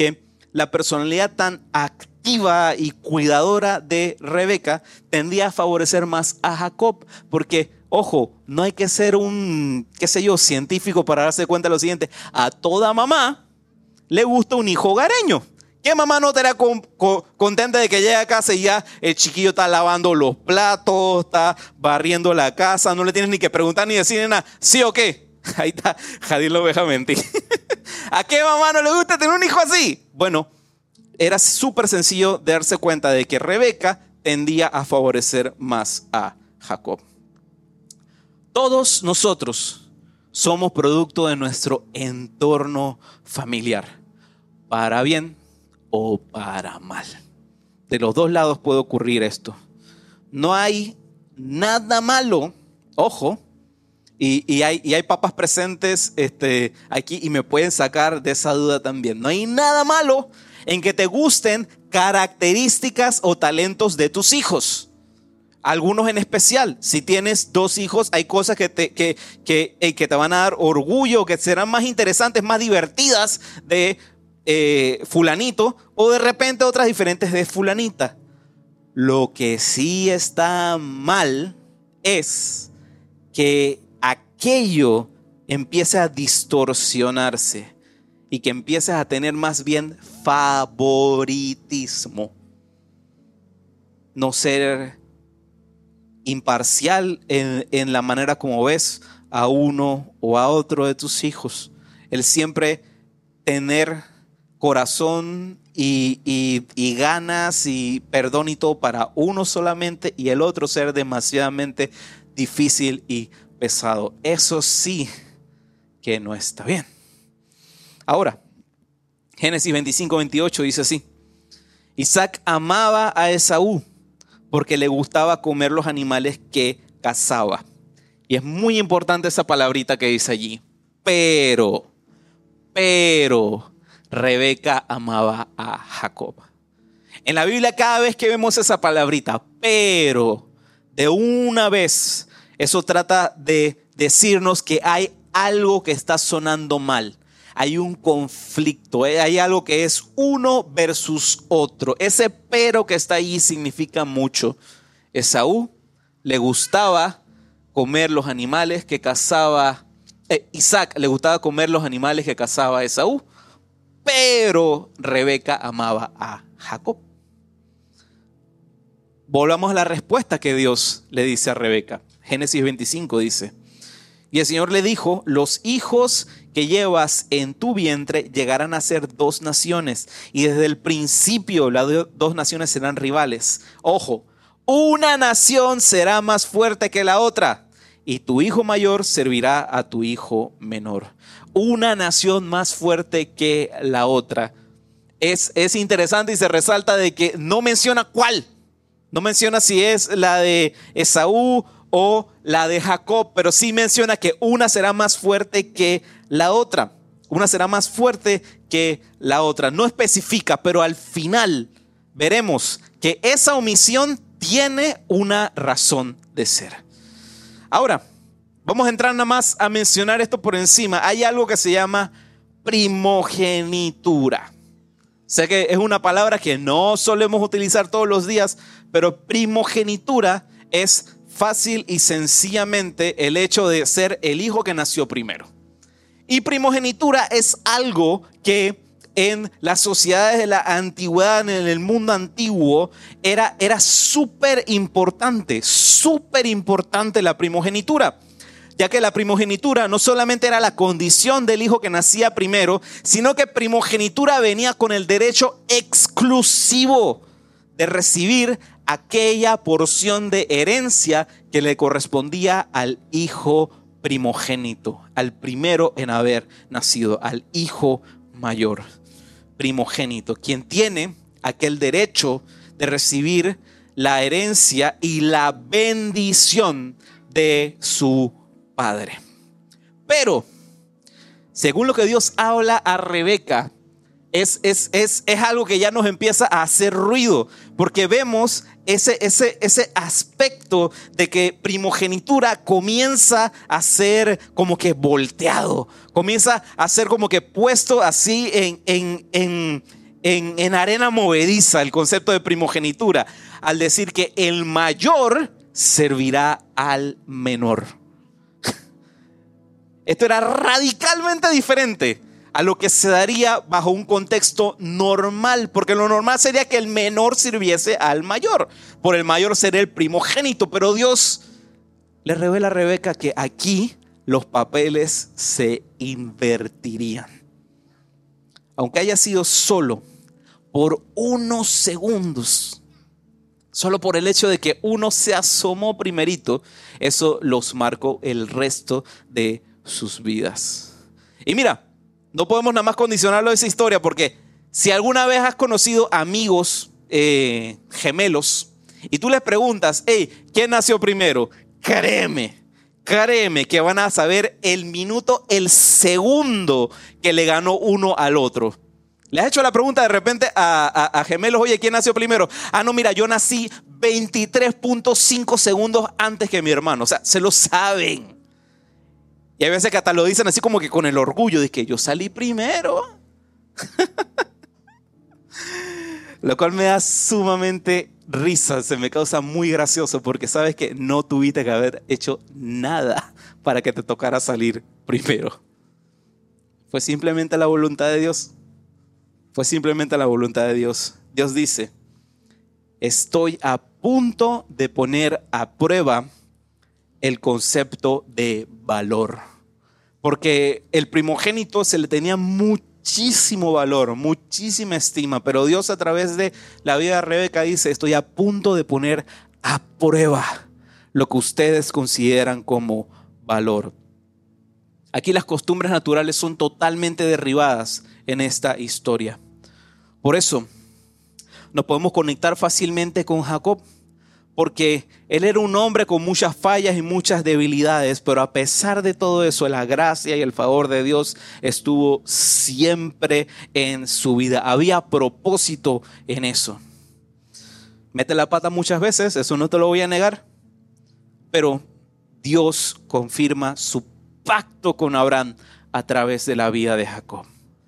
la personalidad tan activa y cuidadora de Rebeca tendía a favorecer más a Jacob, porque, ojo, no hay que ser un, científico para darse cuenta de lo siguiente: a toda mamá le gusta un hijo hogareño. ¿Qué mamá no estará contenta de que llegue a casa y ya el chiquillo está lavando los platos, está barriendo la casa, no le tienes ni que preguntar ni decir nada, ¿sí o qué? Ahí está, Jadir lo deja mentir. ¿A qué mamá no le gusta tener un hijo así? Bueno, era súper sencillo darse cuenta de que Rebeca tendía a favorecer más a Jacob. Todos nosotros somos producto de nuestro entorno familiar, para bien o para mal. De los dos lados puede ocurrir esto. No hay nada malo, ojo, y hay papas presentes aquí y me pueden sacar de esa duda también. No hay nada malo en que te gusten características o talentos de tus hijos. Algunos en especial. Si tienes 2 hijos, hay cosas que te van a dar orgullo, que serán más interesantes, más divertidas de fulanito, o de repente otras diferentes de fulanita. Lo que sí está mal es que aquello empiece a distorsionarse y que empieces a tener más bien favoritismo. No ser imparcial en la manera como ves a uno o a otro de tus hijos. El siempre tener corazón y ganas y perdón y todo para uno solamente, y el otro ser demasiadamente difícil y pesado. Eso sí que no está bien. Ahora, Génesis 25-28 dice así: Isaac amaba a Esaú porque le gustaba comer los animales que cazaba. Y es muy importante esa palabrita que dice allí. Pero Rebeca amaba a Jacob. En la Biblia, cada vez que vemos esa palabrita, pero, de una vez, eso trata de decirnos que hay algo que está sonando mal. Hay un conflicto, hay algo que es uno versus otro. Ese pero que está ahí significa mucho. Esaú le gustaba comer los animales que cazaba, Isaac le gustaba comer los animales que cazaba Esaú, pero Rebeca amaba a Jacob. Volvamos a la respuesta que Dios le dice a Rebeca. Génesis 25 dice: Y el Señor le dijo: los hijos que llevas en tu vientre llegarán a ser 2 naciones, y desde el principio las 2 naciones serán rivales. Ojo, una nación será más fuerte que la otra, y tu hijo mayor servirá a tu hijo menor. Una nación más fuerte que la otra. Es interesante y se resalta de que no menciona cuál. No menciona si es la de Esaú o la de Jacob, pero sí menciona que una será más fuerte que la otra. Una será más fuerte que la otra. No especifica, pero al final veremos que esa omisión tiene una razón de ser. Ahora, vamos a entrar nada más a mencionar esto por encima. Hay algo que se llama primogenitura. Sé que es una palabra que no solemos utilizar todos los días, pero primogenitura es fácil y sencillamente el hecho de ser el hijo que nació primero. Y primogenitura es algo que en las sociedades de la antigüedad, en el mundo antiguo, era súper importante la primogenitura. Ya que la primogenitura no solamente era la condición del hijo que nacía primero, sino que primogenitura venía con el derecho exclusivo de recibir aquella porción de herencia que le correspondía al hijo primogénito, al primero en haber nacido, al hijo mayor. Primogénito, quien tiene aquel derecho de recibir la herencia y la bendición de su padre. Pero, según lo que Dios habla a Rebeca, es algo que ya nos empieza a hacer ruido, porque vemos ese aspecto de que primogenitura comienza a ser como que volteado, comienza a ser como que puesto así en arena movediza el concepto de primogenitura al decir que el mayor servirá al menor. Esto era radicalmente diferente a lo que se daría bajo un contexto normal, porque lo normal sería que el menor sirviese al mayor, por el mayor sería el primogénito, pero Dios le revela a Rebeca que aquí los papeles se invertirían. Aunque haya sido solo por unos segundos, solo por el hecho de que uno se asomó primerito, eso los marcó el resto de sus vidas. Y mira, no podemos nada más condicionarlo a esa historia, porque si alguna vez has conocido amigos gemelos y tú les preguntas, hey, ¿quién nació primero? Créeme que van a saber el minuto, el segundo que le ganó uno al otro. ¿Le has hecho la pregunta de repente a gemelos, oye, ¿quién nació primero? Ah, no, mira, yo nací 23.5 segundos antes que mi hermano. O sea, se lo saben. Y hay veces que hasta lo dicen así como que con el orgullo de que yo salí primero. Lo cual me da sumamente risa, se me causa muy gracioso porque sabes que no tuviste que haber hecho nada para que te tocara salir primero. Fue simplemente la voluntad de Dios. Fue simplemente la voluntad de Dios. Dios dice, estoy a punto de poner a prueba el concepto de valor. Porque el primogénito se le tenía muchísimo valor, muchísima estima, pero Dios a través de la vida de Rebeca dice, estoy a punto de poner a prueba lo que ustedes consideran como valor. Aquí las costumbres naturales son totalmente derribadas en esta historia. Por eso nos podemos conectar fácilmente con Jacob, porque él era un hombre con muchas fallas y muchas debilidades, pero a pesar de todo eso, la gracia y el favor de Dios estuvo siempre en su vida. Había propósito en eso. Mete la pata muchas veces, eso no te lo voy a negar, pero Dios confirma su pacto con Abraham a través de la vida de Jacob.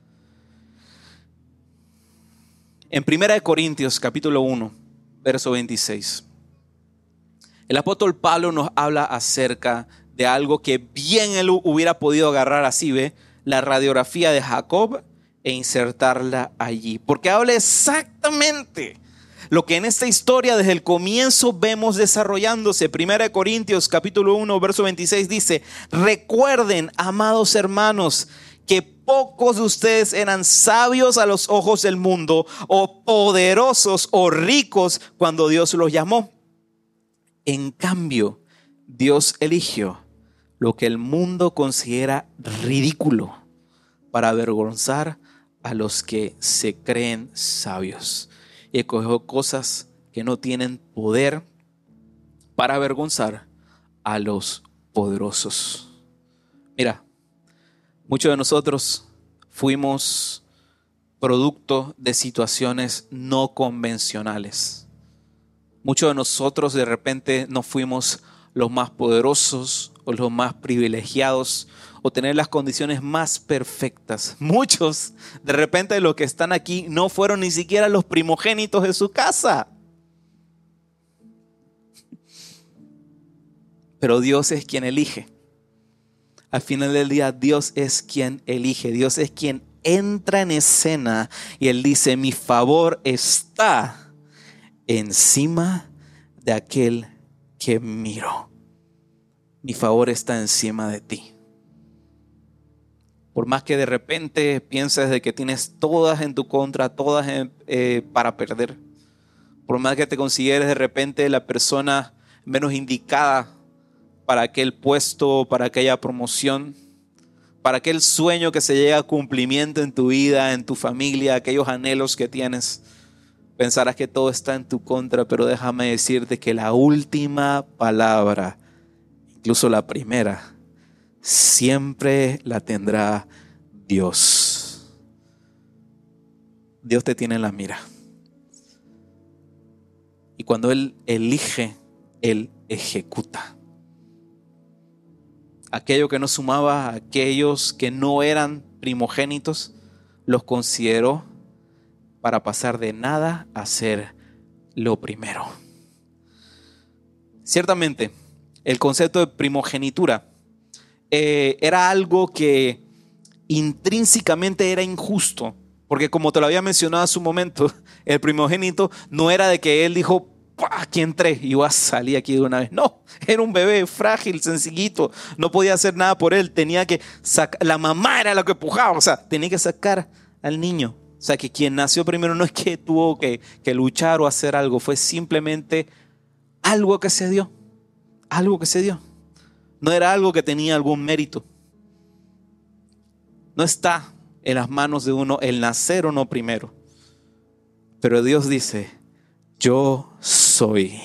En 1 Corintios capítulo 1, verso 26. El apóstol Pablo nos habla acerca de algo que bien él hubiera podido agarrar así, ¿ve? La radiografía de Jacob e insertarla allí. Porque habla exactamente lo que en esta historia desde el comienzo vemos desarrollándose. 1 Corintios capítulo 1, verso 26 dice, recuerden, amados hermanos, que pocos de ustedes eran sabios a los ojos del mundo o poderosos o ricos cuando Dios los llamó. En cambio, Dios eligió lo que el mundo considera ridículo para avergonzar a los que se creen sabios. Y escogió cosas que no tienen poder para avergonzar a los poderosos. Mira, muchos de nosotros fuimos producto de situaciones no convencionales. Muchos de nosotros de repente no fuimos los más poderosos o los más privilegiados o tener las condiciones más perfectas. Muchos de repente de los que están aquí no fueron ni siquiera los primogénitos de su casa. Pero Dios es quien elige. Al final del día Dios es quien elige. Dios es quien entra en escena y Él dice, mi favor está encima de aquel que miro. Mi favor está encima de ti. Por más que de repente pienses de que tienes todas en tu contra, todas para perder. Por más que te consideres de repente la persona menos indicada para aquel puesto, para aquella promoción, para aquel sueño que se llega a cumplimiento en tu vida, en tu familia, aquellos anhelos que tienes. Pensarás que todo está en tu contra, pero déjame decirte que la última palabra, incluso la primera, siempre la tendrá Dios. Dios te tiene en la mira. Y cuando Él elige, Él ejecuta. Aquello que no sumaba a aquellos que no eran primogénitos, los consideró para pasar de nada a ser lo primero. Ciertamente, el concepto de primogenitura era algo que intrínsecamente era injusto, porque como te lo había mencionado hace un momento, el primogénito no era de que él dijo, aquí entré y voy a salir aquí de una vez. No, era un bebé frágil, sencillito, no podía hacer nada por él, tenía que sacar, la mamá era la que empujaba, o sea, tenía que sacar al niño. O sea, que quien nació primero no es que tuvo que luchar o hacer algo, fue simplemente algo que se dio, algo que se dio. No era algo que tenía algún mérito. No está en las manos de uno el nacer o no primero. Pero Dios dice, yo soy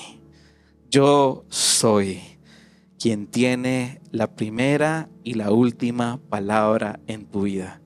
quien tiene la primera y la última palabra en tu vida.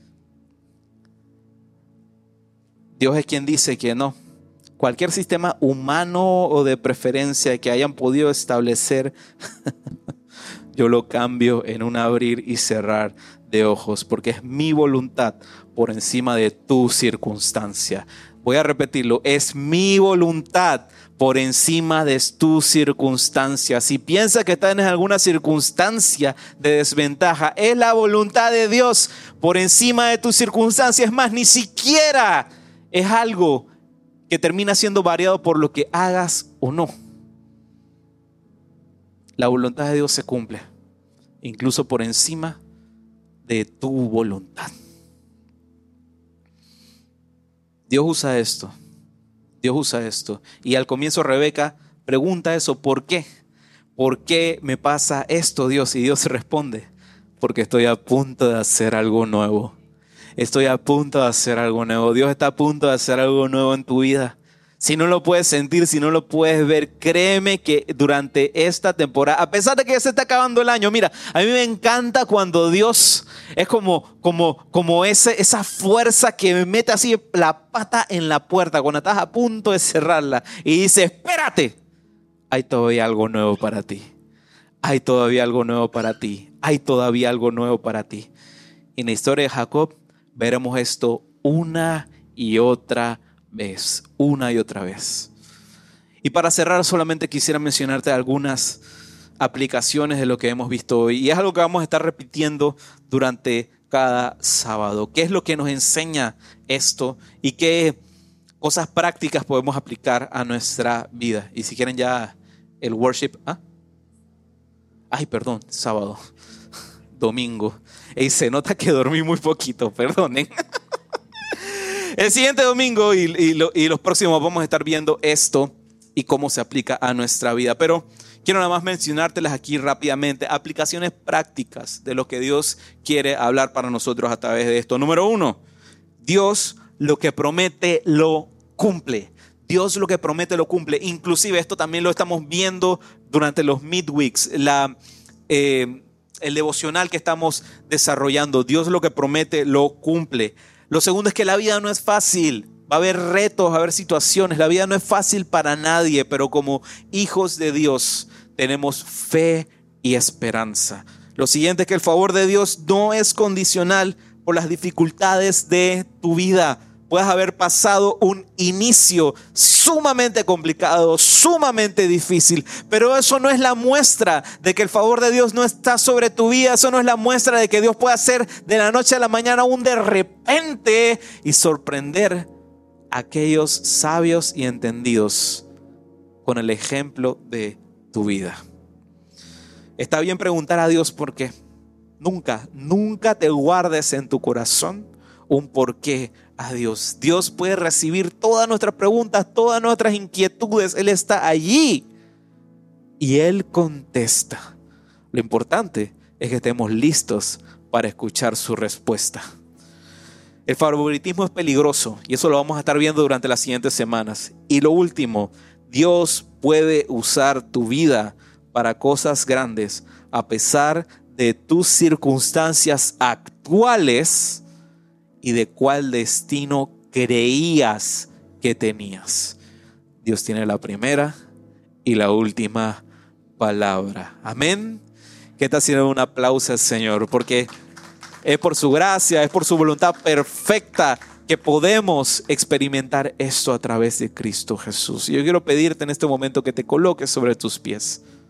Dios es quien dice que no. Cualquier sistema humano o de preferencia que hayan podido establecer, yo lo cambio en un abrir y cerrar de ojos, porque es mi voluntad por encima de tu circunstancia. Voy a repetirlo, es mi voluntad por encima de tu circunstancia. Si piensas que estás en alguna circunstancia de desventaja, es la voluntad de Dios por encima de tu circunstancia. Es más, ni siquiera es algo que termina siendo variado por lo que hagas o no. La voluntad de Dios se cumple, incluso por encima de tu voluntad. Dios usa esto. Y al comienzo Rebeca pregunta eso, ¿por qué? ¿Por qué me pasa esto, Dios? Y Dios responde, porque estoy a punto de hacer algo nuevo. Estoy a punto de hacer algo nuevo. Dios está a punto de hacer algo nuevo en tu vida. Si no lo puedes sentir, si no lo puedes ver, créeme que durante esta temporada, a pesar de que ya se está acabando el año, mira, a mí me encanta cuando Dios es como esa fuerza que me mete así la pata en la puerta cuando estás a punto de cerrarla y dice, espérate, hay todavía algo nuevo para ti. Hay todavía algo nuevo para ti. Hay todavía algo nuevo para ti. En la historia de Jacob veremos esto una y otra vez. Y para cerrar, solamente quisiera mencionarte algunas aplicaciones de lo que hemos visto hoy. Y es algo que vamos a estar repitiendo durante cada sábado. ¿Qué es lo que nos enseña esto? Y qué cosas prácticas podemos aplicar a nuestra vida. Y si quieren ya el worship. Sábado. Domingo. Y se nota que dormí muy poquito, perdonen. El siguiente domingo y los próximos vamos a estar viendo esto y cómo se aplica a nuestra vida. Pero quiero nada más mencionártelas aquí rápidamente. Aplicaciones prácticas de lo que Dios quiere hablar para nosotros a través de esto. Número 1, Dios lo que promete lo cumple. Dios lo que promete lo cumple. Inclusive esto también lo estamos viendo durante los midweeks. El devocional que estamos desarrollando. Dios lo que promete lo cumple. Lo segundo es que la vida no es fácil. Va a haber retos, va a haber situaciones. La vida no es fácil para nadie, pero como hijos de Dios tenemos fe y esperanza. Lo siguiente es que el favor de Dios no es condicional por las dificultades de tu vida. Puedes haber pasado un inicio sumamente complicado, sumamente difícil, pero eso no es la muestra de que el favor de Dios no está sobre tu vida. Eso no es la muestra de que Dios puede hacer de la noche a la mañana un de repente y sorprender a aquellos sabios y entendidos con el ejemplo de tu vida. Está bien preguntar a Dios por qué. Nunca te guardes en tu corazón un por qué a Dios. Dios puede recibir todas nuestras preguntas, todas nuestras inquietudes. Él está allí y Él contesta. Lo importante es que estemos listos para escuchar su respuesta. El favoritismo es peligroso y eso lo vamos a estar viendo durante las siguientes semanas. Y lo último, Dios puede usar tu vida para cosas grandes a pesar de tus circunstancias actuales y de cuál destino creías que tenías. Dios tiene la primera y la última palabra. Amén. ¿Qué tal si le doy un aplauso al Señor? Porque es por su gracia, es por su voluntad perfecta que podemos experimentar esto a través de Cristo Jesús. Y yo quiero pedirte en este momento que te coloques sobre tus pies.